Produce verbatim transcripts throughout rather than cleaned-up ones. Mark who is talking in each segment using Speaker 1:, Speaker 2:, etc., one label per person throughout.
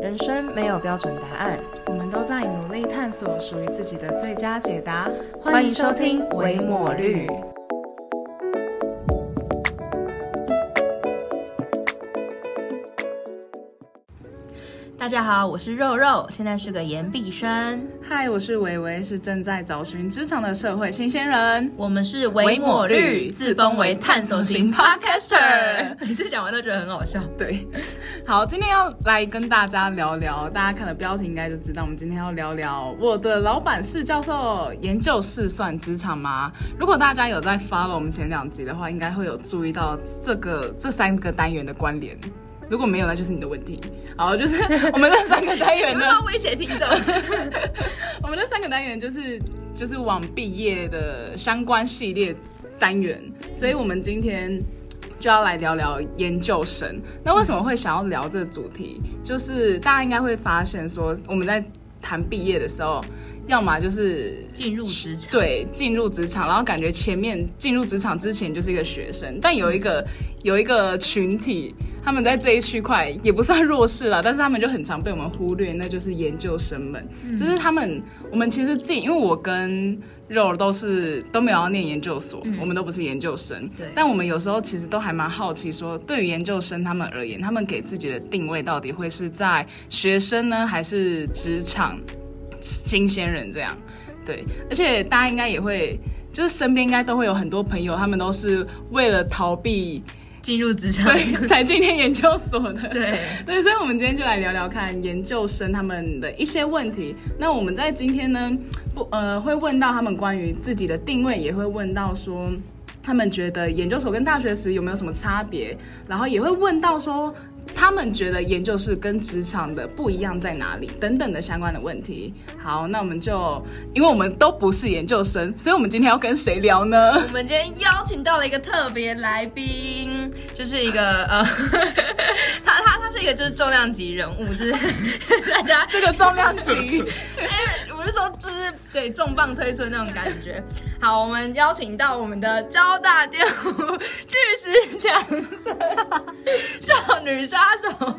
Speaker 1: 人生没有标准答案，
Speaker 2: 我们都在努力探索属于自己的最佳解答。
Speaker 1: 欢迎收听微抹绿。大家好，我是肉肉，现在是个研毕生。
Speaker 2: 嗨，我是维维，是正在找寻职场的社会新鲜人。
Speaker 1: 我们是微抹绿，自封为探索型 podcaster。每次讲完都觉得很好笑。
Speaker 2: 对，好，今天要来跟大家聊聊，大家看了标题应该就知道，我们今天要聊聊我的老板是教授，研究室算职场吗？如果大家有在 follow 我们前两集的话，应该会有注意到这个这三个单元的关联。如果没有，那就是你的问题。好，就是我们这三个单元呢，
Speaker 1: 不要威胁听众。
Speaker 2: 我们这三个单元就是就是往毕业的相关系列单元，所以我们今天就要来聊聊研究生。那为什么会想要聊这个主题？就是大家应该会发现说，我们在谈毕业的时候，要么就是
Speaker 1: 进入职场，
Speaker 2: 对，进入职场，然后感觉前面进入职场之前就是一个学生，但有一个有一个群体，他们在这一区块也不算弱势啦，但是他们就很常被我们忽略，那就是研究生们，嗯、就是他们，我们其实自己，因为我跟肉都是都没有要念研究所，嗯、我们都不是研究生，
Speaker 1: 对，
Speaker 2: 但我们有时候其实都还蛮好奇说，对于研究生他们而言，他们给自己的定位到底会是在学生呢，还是职场新鲜人这样？对，而且大家应该也会，就是身边应该都会有很多朋友，他们都是为了逃避
Speaker 1: 进入职场，
Speaker 2: 对，才去念研究所的。
Speaker 1: 对
Speaker 2: 对，所以我们今天就来聊聊看研究生他们的一些问题。那我们在今天呢，不呃会问到他们关于自己的定位，也会问到说他们觉得研究所跟大学时有没有什么差别，然后也会问到说他们觉得研究室跟职场的不一样在哪里等等的相关的问题。好，那我们就因为我们都不是研究生，所以我们今天要跟谁聊呢？
Speaker 1: 我们今天邀请到了一个特别来宾，就是一个呃，他他他是一个就是重量级人物，就是大家
Speaker 2: 这个重量级，
Speaker 1: 哎，我是说就是对重磅推出那种感觉。好，我们邀请到我们的交大电舞巨石强森少女杀手，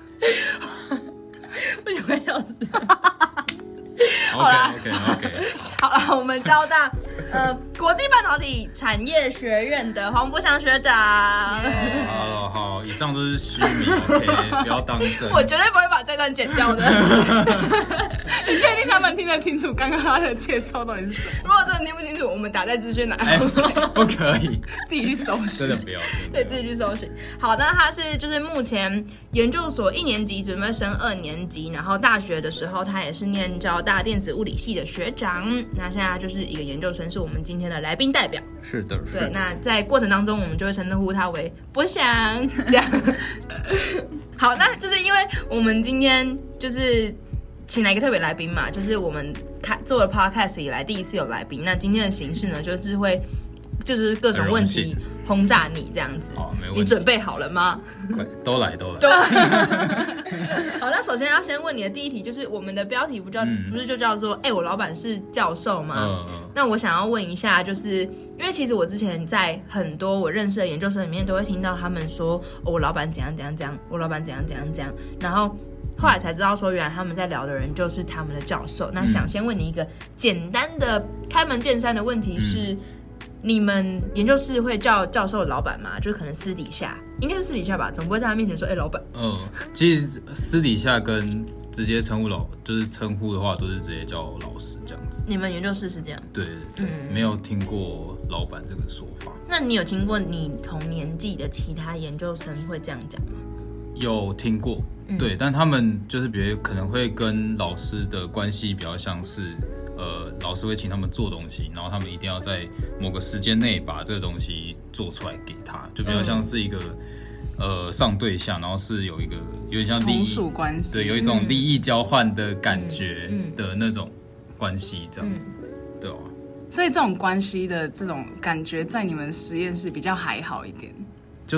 Speaker 1: 不想快笑死。
Speaker 3: 好啦 OK OK OK，
Speaker 1: 好了，我们交大呃国际半导体产业学院的黄博祥学长。
Speaker 3: 好好，以上都是虚名 ，OK， 不要当真。
Speaker 1: 我绝对不会把这段剪掉的。
Speaker 2: 你确定他们听得清楚刚刚他的介绍到底是什么？
Speaker 1: 如果真的听不清楚，我们打在资讯栏。
Speaker 3: 哎，不可以，
Speaker 2: 自己去搜寻，
Speaker 3: 真的不要。
Speaker 1: 对，自己去搜寻。好，那他是就是目前研究所一年级准备升二年级，然后大学的时候他也是念交大电子物理系的学长。那现在就是一个研究生，是我们今天的来宾代表。
Speaker 3: 是的，是的。
Speaker 1: 对，那在过程当中，我们就会称呼他为博祥，这样。好，那就是因为我们今天就是请来一个特别来宾嘛，就是我们开做了 podcast 以来第一次有来宾。那今天的形式呢，就是会就是各种问题轰炸你这样子。
Speaker 3: 好，没问题。
Speaker 1: 你准备好了吗？
Speaker 3: 快，都来都来。
Speaker 1: 都来好，那首先要先问你的第一题，就是我们的标题不叫、嗯、不是就叫做哎、欸，我老板是教授吗？嗯嗯。那我想要问一下，就是因为其实我之前在很多我认识的研究生里面，都会听到他们说、哦、我老板怎样怎样怎样，我老板怎样怎样怎样，然后后来才知道说，原来他们在聊的人就是他们的教授。那想先问你一个简单的开门见山的问题是。嗯，你们研究室会叫教授老板吗？就是可能私底下，应该是私底下吧，总不会在他面前说，哎、欸，老板。嗯，
Speaker 3: 其实私底下跟直接称呼老，就是称呼的话，都是直接叫老师这样子。
Speaker 1: 你们研究室是这样？
Speaker 3: 对对对，嗯、没有听过老板这个说法。
Speaker 1: 那你有听过你同年纪的其他研究生会这样讲吗？
Speaker 3: 有听过，嗯、对，但他们就是比如可能会跟老师的关系比较像是。呃，老师会请他们做东西，然后他们一定要在某个时间内把这个东西做出来给他，就比较像是一个、嗯、呃上对下，然后是有一个有点像利益
Speaker 2: 从属关系，
Speaker 3: 对，有一种利益交换的感觉的那种关系，这样子，嗯、对吧？
Speaker 2: 所以这种关系的这种感觉，在你们实验室比较还好一点，
Speaker 3: 就是。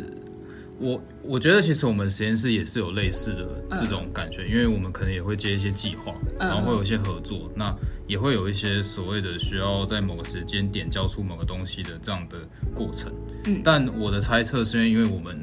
Speaker 3: 我我觉得其实我们实验室也是有类似的这种感觉，嗯、因为我们可能也会接一些计划，嗯、然后会有一些合作，那也会有一些所谓的需要在某个时间点交出某个东西的这样的过程。嗯，但我的猜测是因为我们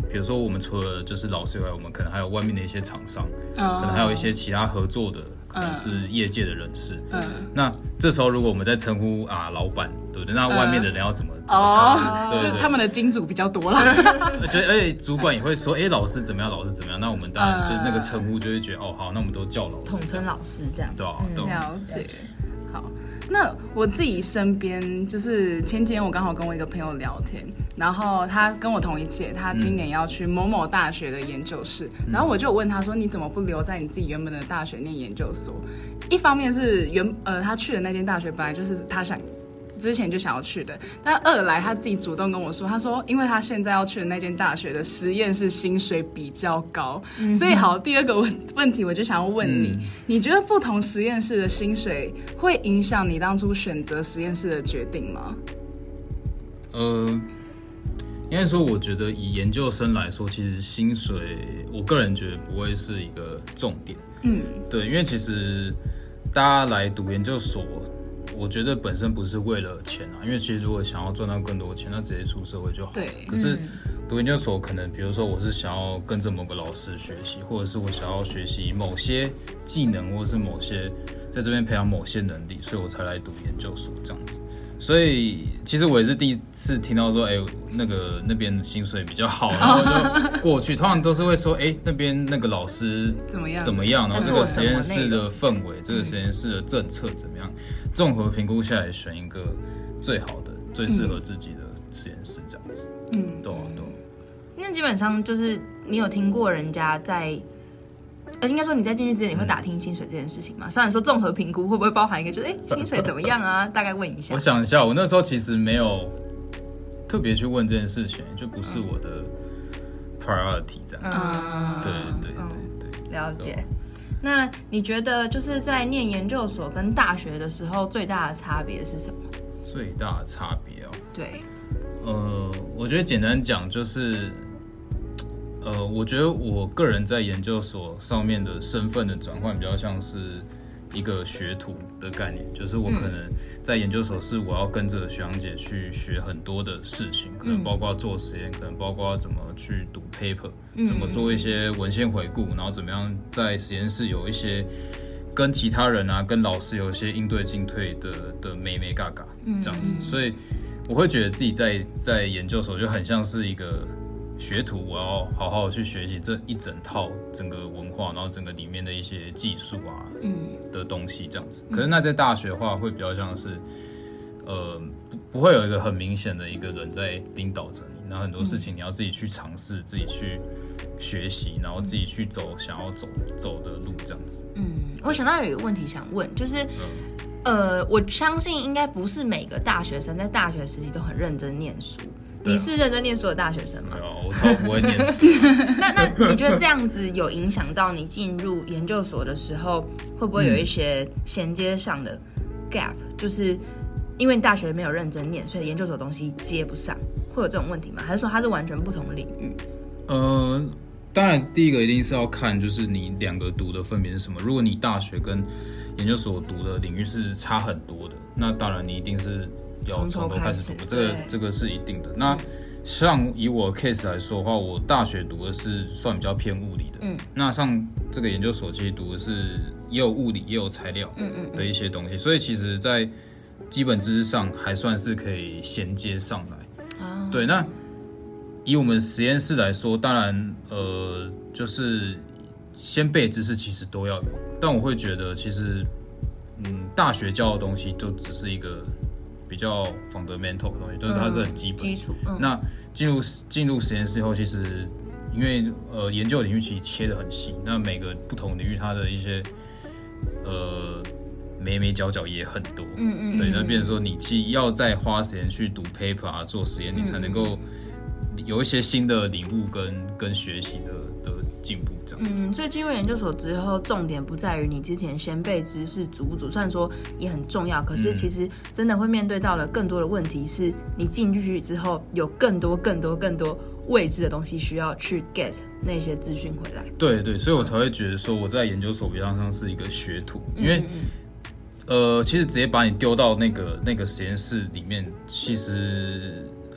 Speaker 3: 比如说我们除了就是老师以外，我们可能还有外面的一些厂商，
Speaker 2: 哦、
Speaker 3: 可能还有一些其他合作的，可能是业界的人士。
Speaker 2: 嗯，
Speaker 3: 那这时候如果我们在称呼啊老板，对不对？那外面的人要怎么、嗯、怎么称呼？
Speaker 2: 哦、
Speaker 3: 对对对，
Speaker 2: 他们的金主比较多啦。
Speaker 3: 而且而且主管也会说，哎、欸，老师怎么样？老师怎么样？那我们当然就那个称呼就会觉得，哦，好，那我们都叫老师，
Speaker 1: 统称老师这样。
Speaker 3: 对啊，对啊。
Speaker 2: 了解。好，那我自己身边就是前几天我刚好跟我一个朋友聊天，然后他跟我同一届，他今年要去某某大学的研究室，嗯、然后我就问他说，你怎么不留在你自己原本的大学念研究所？一方面是原呃他去的那间大学本来就是他想。之前就想要去的，但二来他自己主动跟我说，他说因为他现在要去的那间大学的实验室薪水比较高，嗯、所以好，第二个问问题我就想要问你，嗯、你觉得不同实验室的薪水会影响你当初选择实验室的决定吗？
Speaker 3: 呃，应该说，我觉得以研究生来说，其实薪水，我个人觉得不会是一个重点。嗯，对，因为其实大家来读研究所。我觉得本身不是为了钱啊，因为其实如果想要赚到更多钱，那直接出社会就好。
Speaker 2: 对。
Speaker 3: 可是读研究所可能，比如说我是想要跟着某个老师学习，或者是我想要学习某些技能，或者是某些在这边培养某些能力，所以我才来读研究所这样子。所以其实我也是第一次听到说，哎、欸，那个那边薪水比较好，然后就过去。通常都是会说，哎、欸，那边那个老师
Speaker 2: 怎么样
Speaker 3: 怎么样，然后这个实验室的氛围，这个实验室的政策怎么样，综合评估下来选一个最好的、最适合自己的实验室这样子。嗯，对对。
Speaker 1: 那基本上就是你有听过人家在。呃，应该说你在进去之前，你会打听薪水这件事情吗？嗯、虽然说综合评估会不会包含一个，就是哎、欸，薪水怎么样啊？大概问一下。
Speaker 3: 我想一下，我那时候其实没有特别去问这件事情，就不是我的 priority 这样。嗯，对对对对，
Speaker 1: 了解。那你觉得就是在念研究所跟大学的时候，最大的差别是什么？
Speaker 3: 最大的差别哦，
Speaker 1: 对，
Speaker 3: 呃，我觉得简单讲就是。呃，我觉得我个人在研究所上面的身份的转换比较像是一个学徒的概念，就是我可能在研究所是我要跟着学长姐去学很多的事情，可能包括做实验，可能包括怎么去读 paper， 怎么做一些文献回顾，然后怎么样在实验室有一些跟其他人啊、跟老师有一些应对进退的的眉眉嘎嘎这样子，所以我会觉得自己在在研究所就很像是一个。学徒，我要好好去学习这一整套整个文化，然后整个里面的一些技术啊，嗯，的东西这样子。可是那在大学的话，会比较像是，呃，不不会有一个很明显的一个人在领导着你，然后很多事情你要自己去尝试，自己去学习，然后自己去走想要走走的路这样子。
Speaker 1: 嗯，我想到有一个问题想问，就是。嗯呃，我相信应该不是每个大学生在大学时期都很认真念书。你是认真念书的大学生吗？
Speaker 3: 对啊，我超不会念书。
Speaker 1: 那那你觉得这样子有影响到你进入研究所的时候，会不会有一些衔接上的 gap？、嗯、就是因为你大学没有认真念，所以研究所的东西接不上，会有这种问题吗？还是说它是完全不同领域？
Speaker 3: 呃，当然，第一个一定是要看，就是你两个读的分别是什么。如果你大学跟研究所读的领域是差很多的，那当然你一定是要从头开始读，这个这个是一定的。那像以我的 case 来说的话，我大学读的是算比较偏物理的，嗯，那上这个研究所其实读的是也有物理也有材料的一些东西，嗯嗯嗯，所以其实在基本知识上还算是可以衔接上来。哦、对，那以我们实验室来说，当然呃就是先辈知识其实都要有。但我会觉得，其实，嗯，大学教的东西就只是一个比较 fundamental 的东西，就是它是很基本、嗯、基础。嗯、那进入进入实验室后，其实因为呃研究领域其实切得很细，那每个不同领域它的一些呃眉眉角角也很多。嗯嗯。对，那变成说你其实要再花时间去读 paper 啊，做实验，你才能够有一些新的领悟跟跟学习的的进步。
Speaker 1: 嗯，所以进入研究所之后，重点不在于你之前先辈知识足不足，虽然说也很重要，可是其实真的会面对到了更多的问题，是你进去之后有更多、更多、更多未知的东西需要去 get 那些资讯回来。
Speaker 3: 对对，所以我才会觉得说我在研究所比较像是一个学徒，因为、嗯嗯、呃，其实直接把你丢到那个那个实验室里面，其实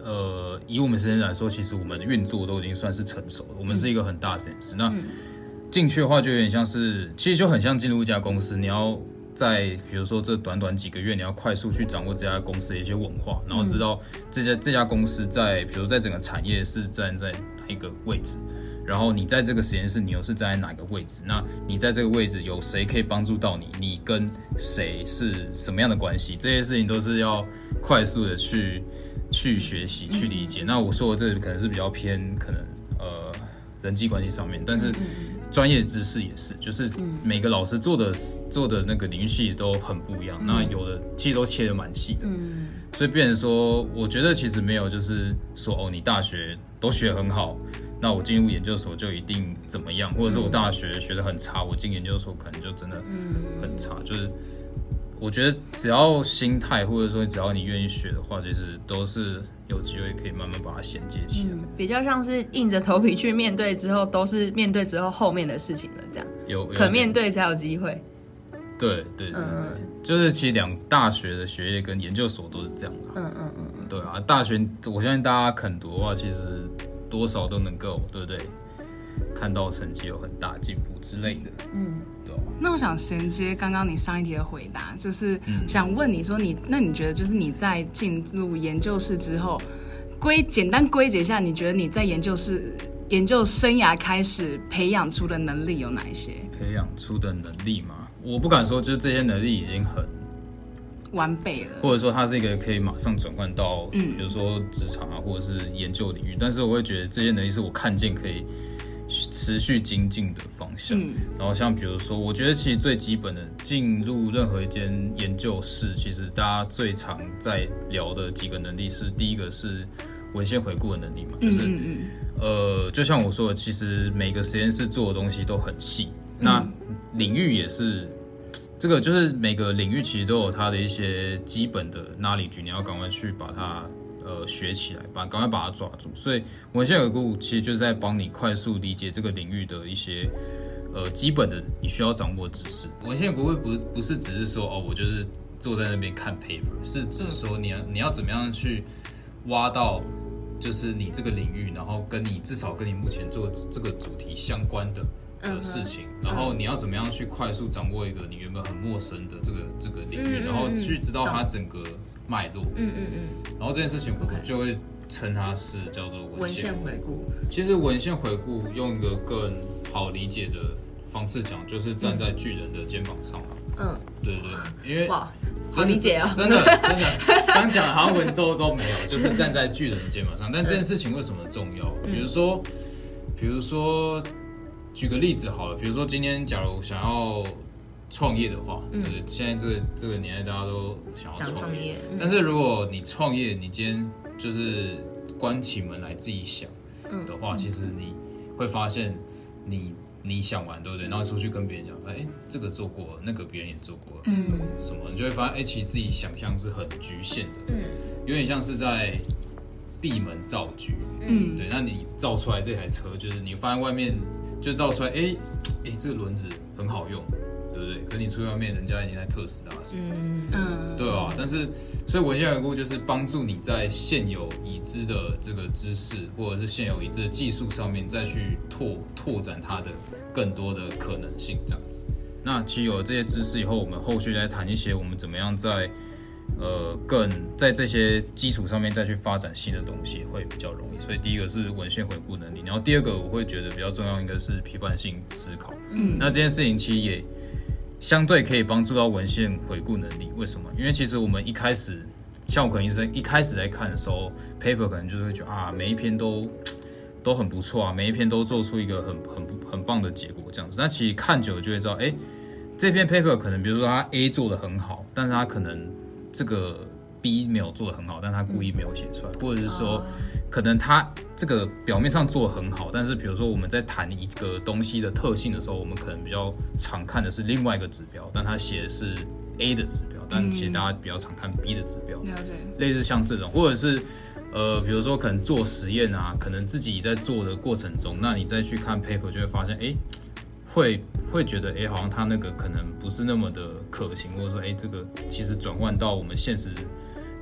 Speaker 3: 呃，以我们实验室来说，其实我们的运作都已经算是成熟了。我们是一个很大的实验室，嗯、那进去的话就有点像是，其实就很像进入一家公司，你要在比如说这短短几个月，你要快速去掌握这家公司的一些文化，然后知道这家这家公司在比如在整个产业是站在哪一个位置。然后你在这个实验室，你又是站在哪个位置？那你在这个位置有谁可以帮助到你？你跟谁是什么样的关系？这些事情都是要快速的去去学习、去理解。那我说的这个可能是比较偏可能呃人际关系上面，但是专业知识也是，就是每个老师做的做的那个领域系都很不一样。那有的其实都切得蛮细的，所以变成说，我觉得其实没有就是说哦，你大学都学很好。那我进入研究所就一定怎么样，或者是我大学学得很差，我进研究所可能就真的很差。就是我觉得只要心态，或者说只要你愿意学的话，其实都是有机会可以慢慢把它衔接起来。
Speaker 1: 嗯，比较像是硬着头皮去面对之后，都是面对之后后面的事情了，这样。有可面对才有机会。
Speaker 3: 对对对对，嗯、就是其实两大学的学业跟研究所都是这样的。嗯嗯嗯，对啊，大学我相信大家肯读的话，其实。多少都能够，对不对？看到成绩有很大进步之类的，嗯，对、啊。
Speaker 2: 那我想衔接刚刚你上一题的回答，就是想问你说你，那你觉得就是你在进入研究室之后，归简单归结一下，你觉得你在研究室研究生涯开始培养出的能力有哪一些？
Speaker 3: 培养出的能力嘛，我不敢说，就是这些能力已经很。
Speaker 2: 完备了，
Speaker 3: 或者说它是一个可以马上转换到，嗯，比如说职场啊，或者是研究领域。但是我会觉得这些能力是我看见可以持续精进的方向。嗯、然后像比如说，我觉得其实最基本的进入任何一间研究室，其实大家最常在聊的几个能力是，第一个是文献回顾的能力嘛，就是、嗯嗯、呃，就像我说的，其实每个实验室做的东西都很细，那领域也是。这个就是每个领域其实都有它的一些基本的 knowledge， 你要赶快去把它呃学起来，把赶快把它抓住。所以文献回顾其实就是在帮你快速理解这个领域的一些呃基本的你需要掌握的知识。文献回顾不不是只是说哦，我就是坐在那边看 paper， 是指说你要你要怎么样去挖到就是你这个领域，然后跟你至少跟你目前做这个主题相关的。的事情，然后你要怎么样去快速掌握一个你原本很陌生的这个这个领域，嗯、然后去知道它整个脉络，嗯嗯嗯，然后这件事情我就会称它是叫做文献回顾。其实文献回顾用一个更好理解的方式讲，就是站在巨人的肩膀上。嗯，对对对，因为
Speaker 1: 哇，好理解啊，
Speaker 3: 真的真的，刚讲的好像文绉绉没有，就是站在巨人的肩膀上。但这件事情为什么重要？比如说，比如说。举个例子好了，比如说今天假如想要创业的话，嗯、对，现在这个这个年代大家都想要创业，嗯、但是如果你创业，你今天就是关起门来自己想的话，嗯、其实你会发现你你想完对不对？然后出去跟别人讲，哎，这个做过，那个别人也做过，嗯，什么，你就会发现，哎，其实自己想象是很局限的，嗯，有点像是在闭门造车，嗯，对，那你造出来这台车，就是你发现外面。就造出来，哎、欸，哎、欸，这个轮子很好用，对不对？可是你出去外面，人家已经在特斯拉什么的，嗯，对吧？但是，所以文献回顾就是帮助你在现有已知的这个知识，或者是现有已知的技术上面，再去拓拓展它的更多的可能性，这样子。那其实有了这些知识以后，我们后续再谈一些我们怎么样在。呃，更在这些基础上面再去发展新的东西会比较容易，所以第一个是文献回顾能力，然后第二个我会觉得比较重要应该是批判性思考。嗯，那这件事情其实也相对可以帮助到文献回顾能力。为什么？因为其实我们一开始，像我可能医生一开始在看的时候 ，paper 可能就是会觉得啊，每一篇都都很不错啊，每一篇都做出一个很很很棒的结果这样子。那其实看久了就会知道，哎、欸，这篇 paper 可能比如说他 A 做的很好，但是他可能这个 B 没有做得很好，但他故意没有写出来，或者是说，可能他这个表面上做得很好，但是比如说我们在谈一个东西的特性的时候，我们可能比较常看的是另外一个指标，但他写的是 A 的指标，但其实大家比较常看 B 的指标，了解，类似像这种，或者是呃，比如说可能做实验啊，可能自己在做的过程中，那你再去看 paper 就会发现，哎。会会觉得，哎、欸，好像他那个可能不是那么的可行，或者说，哎、欸，这个其实转换到我们现实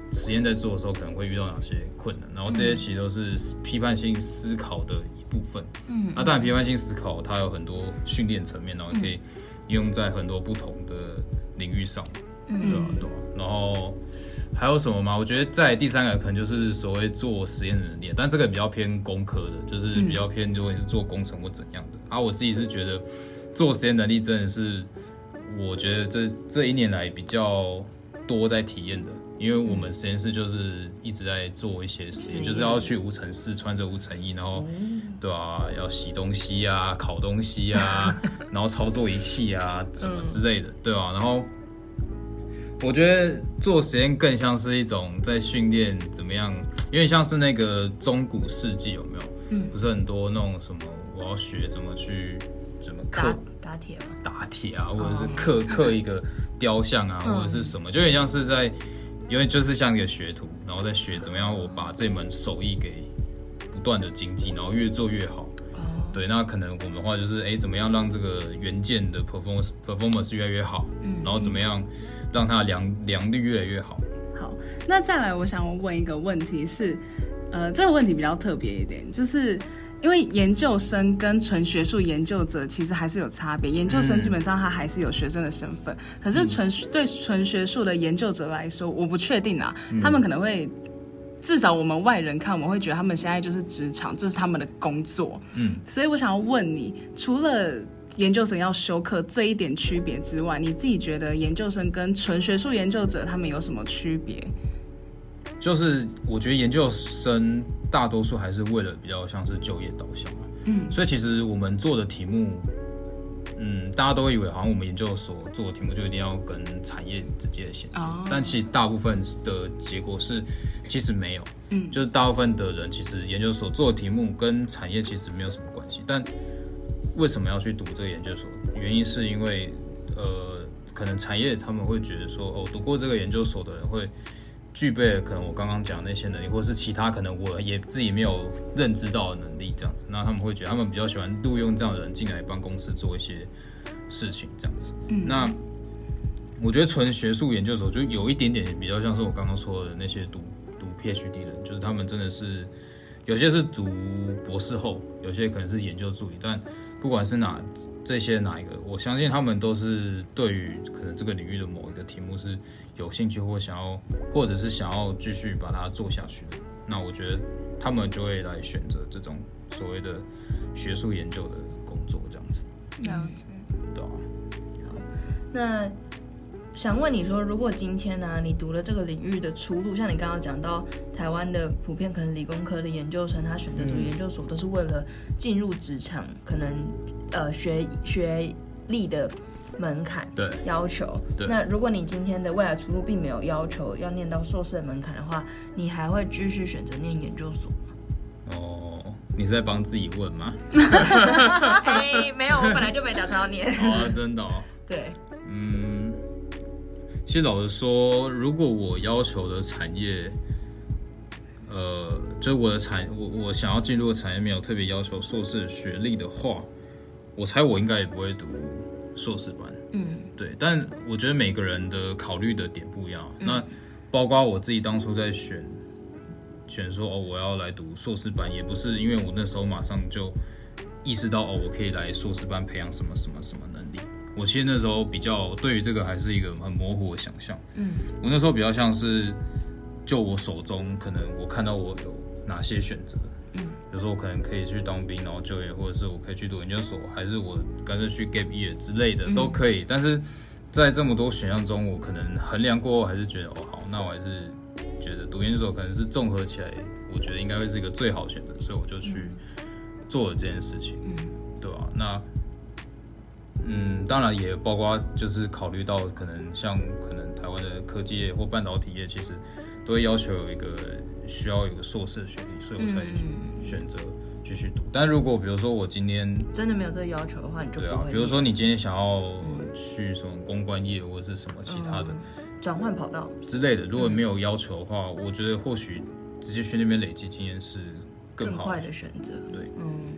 Speaker 3: 实验在做的时候可能会遇到哪些困难，然后这些其实都是批判性思考的一部分。嗯，那、啊、当然批判性思考它有很多训练层面，然后可以应用在很多不同的领域上，嗯、对吧、啊？对吧、啊？然后还有什么吗？我觉得在第三个可能就是所谓做实验的能力，但这个比较偏工科的，就是比较偏如果你是做工程或怎样的。啊，我自己是觉得做实验能力真的是，我觉得这这一年来比较多在体验的。因为我们实验室就是一直在做一些实验，就是要去无尘室穿着无尘衣，然后，对啊，要洗东西啊、烤东西啊，然后操作仪器啊什么之类的，对吧、啊？然后我觉得做实验更像是一种在训练怎么样，有点像是那个中古世纪有没有？嗯，不是很多那种什么，我要学怎么去怎么刻
Speaker 1: 打铁吗？
Speaker 3: 打铁啊，或者是刻刻一个雕像啊，或者是什么，就有点像是在。因为就是像一个学徒，然后再学怎么样我把这门手艺给不断的精进，然后越做越好。Oh. 对，那可能我们的话就是，哎，怎么样让这个元件的 performance performance 越来越好，嗯、然后怎么样让它良良率越来越好。
Speaker 2: 好，那再来，我想问一个问题是，呃，这个问题比较特别一点，就是。因为研究生跟纯学术研究者其实还是有差别，研究生基本上他还是有学生的身份，嗯、可是纯对纯学术的研究者来说，我不确定啊，嗯、他们可能会至少我们外人看，我们会觉得他们现在就是职场，这是他们的工作，嗯，所以我想要问你，除了研究生要修课这一点区别之外，你自己觉得研究生跟纯学术研究者他们有什么区别？
Speaker 3: 就是我觉得研究生大多数还是为了比较像是就业导向嘛，嗯，所以其实我们做的题目，嗯，大家都会以为好像我们研究所做的题目就一定要跟产业直接的衔接，哦、但其实大部分的结果是其实没有，嗯，就是大部分的人其实研究所做的题目跟产业其实没有什么关系，但为什么要去读这个研究所？原因是因为呃，可能产业他们会觉得说，哦，读过这个研究所的人会。具备了可能我刚刚讲的那些能力，或是其他可能我也自己没有认知到的能力，这样子，那他们会觉得他们比较喜欢录用这样的人进来帮公司做一些事情，这样子。嗯，那我觉得纯学术研究所就有一点点比较像是我刚刚说的那些读读 PhD 的人，就是他们真的是有些是读博士后，有些可能是研究助理，但不管是哪这些哪一个，我相信他们都是对于可能这个领域的某一个题目是有兴趣或想要，或者是想要继续把它做下去的。那我觉得他们就会来选择这种所谓的学术研究的工作，这样子。
Speaker 2: 了解。
Speaker 3: 对啊。
Speaker 1: 好，那想问你说，如果今天呢、啊，你读了这个领域的出路，像你刚刚讲到台湾的普遍可能理工科的研究生，他选择读研究所都是为了进入职场，可能呃学学历的门槛
Speaker 3: 对
Speaker 1: 要求。对，那如果你今天的未来出路并没有要求要念到硕士的门槛的话，你还会继续选择念研究所吗？
Speaker 3: 哦，你是在帮自己问吗？
Speaker 1: 哎，没有，我本来就没打算要念。
Speaker 3: 哦，真的哦。
Speaker 1: 对，
Speaker 3: 嗯。其实老实说，如果我要求的产业，呃，就是我的产，我我想要进入的产业没有特别要求硕士学历的话，我猜我应该也不会读硕士班。嗯，对。但我觉得每个人的考虑的点不一样。嗯、那包括我自己当初在选选说哦，我要来读硕士班，也不是因为我那时候马上就意识到哦，我可以来硕士班培养什么什么什么能力。我其实那时候比较对于这个还是一个很模糊的想象，嗯，我那时候比较像是，就我手中可能我看到我有哪些选择，嗯，比如说我可能可以去当兵然后就业，或者是我可以去读研究所，还是我干脆去 gap year 之类的、嗯、都可以。但是在这么多选项中，我可能衡量过后还是觉得哦好，那我还是觉得读研究所可能是综合起来，我觉得应该会是一个最好的选择，所以我就去做了这件事情，嗯，对吧、啊？那。嗯，当然也包括就是考虑到可能像可能台湾的科技业或半导体业，其实都会要求有一个需要有一个硕士的学历，所以我才选择继续读。嗯、但如果比如说我今天
Speaker 1: 真的没有这个要求的话，你就不会
Speaker 3: 对啊。比如说你今天想要去什么公关业或者是什么其他的
Speaker 1: 转换、嗯、跑道
Speaker 3: 之类的，如果没有要求的话，我觉得或许直接去那边累积经验是更好
Speaker 1: 更快的选择。
Speaker 3: 对，
Speaker 1: 嗯。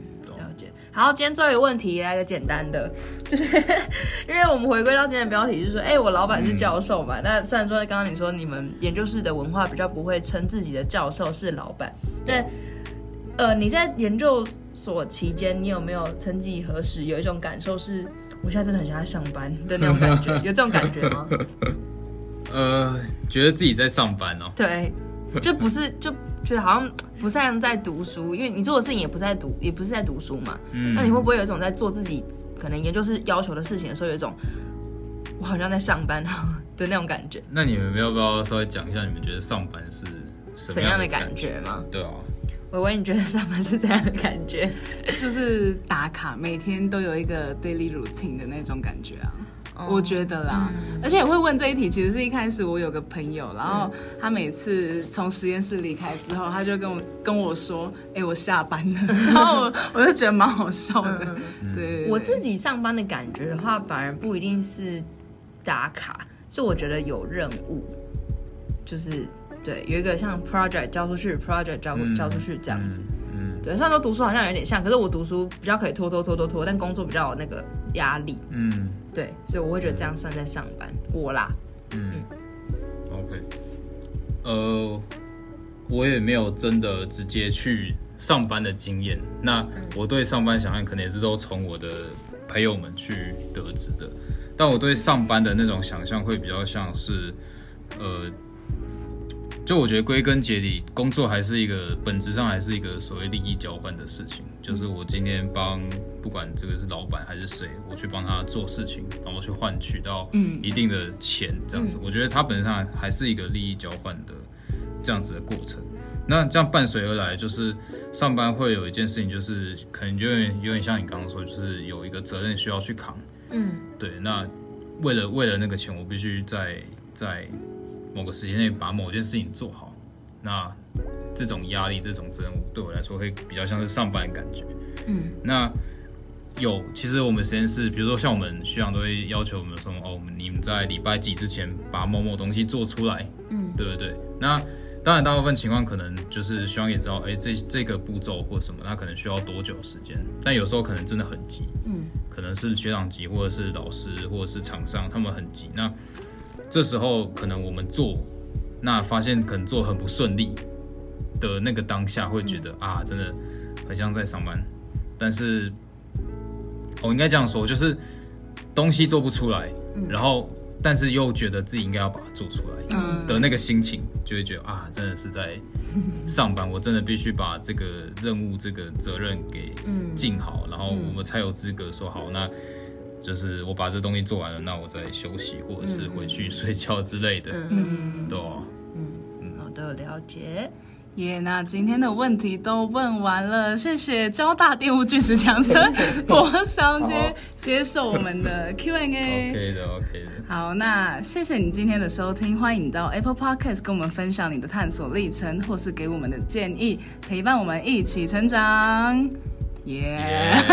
Speaker 1: 了解。好，今天最后一个问题来个简单的，就是因为我们回归到今天的标题，就是说，哎、欸，我老板是教授嘛。嗯、那虽然说刚刚你说你们研究室的文化比较不会称自己的教授是老板，但呃，你在研究所期间，你有没有曾几何时有一种感受是，我现在真的很想在上班的那种感觉？有这种感觉吗？
Speaker 3: 呃，觉得自己在上班哦。
Speaker 1: 对，就不是就。觉得好像不像在读书，因为你做的事情也不是在读，也不是在读书嘛。嗯，那你会不会有一种在做自己可能研究室要求的事情的时候，有一种我好像在上班的那种感觉？
Speaker 3: 那你们要不要稍微讲一下，你们觉得上班是什么样的感觉吗？对啊，
Speaker 1: 微微，你觉得上班是怎样的感觉？
Speaker 2: 就是打卡，每天都有一个 daily routine 的那种感觉啊。我觉得啦、嗯，而且也会问这一题，其实是一开始我有个朋友，然后他每次从实验室离开之后，他就跟我跟我说：“哎、欸，我下班了。”然后我我就觉得蛮好笑的。嗯、对, 对, 对，
Speaker 1: 我自己上班的感觉的话，反而不一定是打卡，是我觉得有任务，就是对有一个像 project 交出去 ，project 交交出去这样子。嗯，嗯对，虽然说读书好像有点像，可是我读书比较可以拖拖拖拖拖，但工作比较有那个压力。嗯。对，所以我会觉得这样算在上班，我啦。嗯, 嗯
Speaker 3: ，OK， 呃，我也没有真的直接去上班的经验。那我对上班想象可能也是都从我的朋友们去得知的。但我对上班的那种想象会比较像是，呃，就我觉得归根结底，工作还是一个本质上还是一个所谓利益交换的事情。就是我今天帮不管这个是老板还是谁，我去帮他做事情，然后去换取到一定的钱，这样子，嗯、我觉得它本质上还是一个利益交换的这样子的过程。那这样伴随而来，就是上班会有一件事情，就是可能就有点有点像你刚刚说，就是有一个责任需要去扛。嗯，对。那为了为了那个钱，我必须在在某个时间内把某件事情做好。那这种压力、这种责任，对我来说会比较像是上班的感觉。嗯，那有，其实我们实验室，比如说像我们学长都会要求我们说，哦，你们在礼拜几之前把某某东西做出来，嗯，对不对？那当然，大部分情况可能就是学长也知道，哎，这这个步骤或什么，那可能需要多久时间？但有时候可能真的很急，嗯，可能是学长急，或者是老师，或者是厂商，他们很急。那这时候可能我们做，那发现可能做很不顺利的那个当下，会觉得、嗯、啊，真的很像在上班。但是我应该这样说，就是东西做不出来，嗯、然后但是又觉得自己应该要把它做出来的那个心情，就会觉得啊，真的是在上班，我真的必须把这个任务、这个责任给尽好，然后我们才有资格说好，那就是我把这东西做完了，那我再休息或者是回去睡觉之类的，嗯，对啊，
Speaker 1: 嗯，好的，了解。
Speaker 2: 耶、yeah, 那今天的问题都问完了，谢谢交大电务巨石强森博商接接受我们的 Q and
Speaker 3: A。OK 的 ，OK 的。
Speaker 2: 好，那谢谢你今天的收听，欢迎你到 Apple Podcast 跟我们分享你的探索历程，或是给我们的建议，陪伴我们一起成长。耶、yeah ！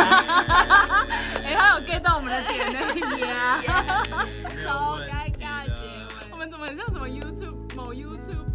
Speaker 2: 哎，他有 get 到我们的点呢，耶！超尴尬结尾，我们怎么很像什么 YouTube 某 YouTube？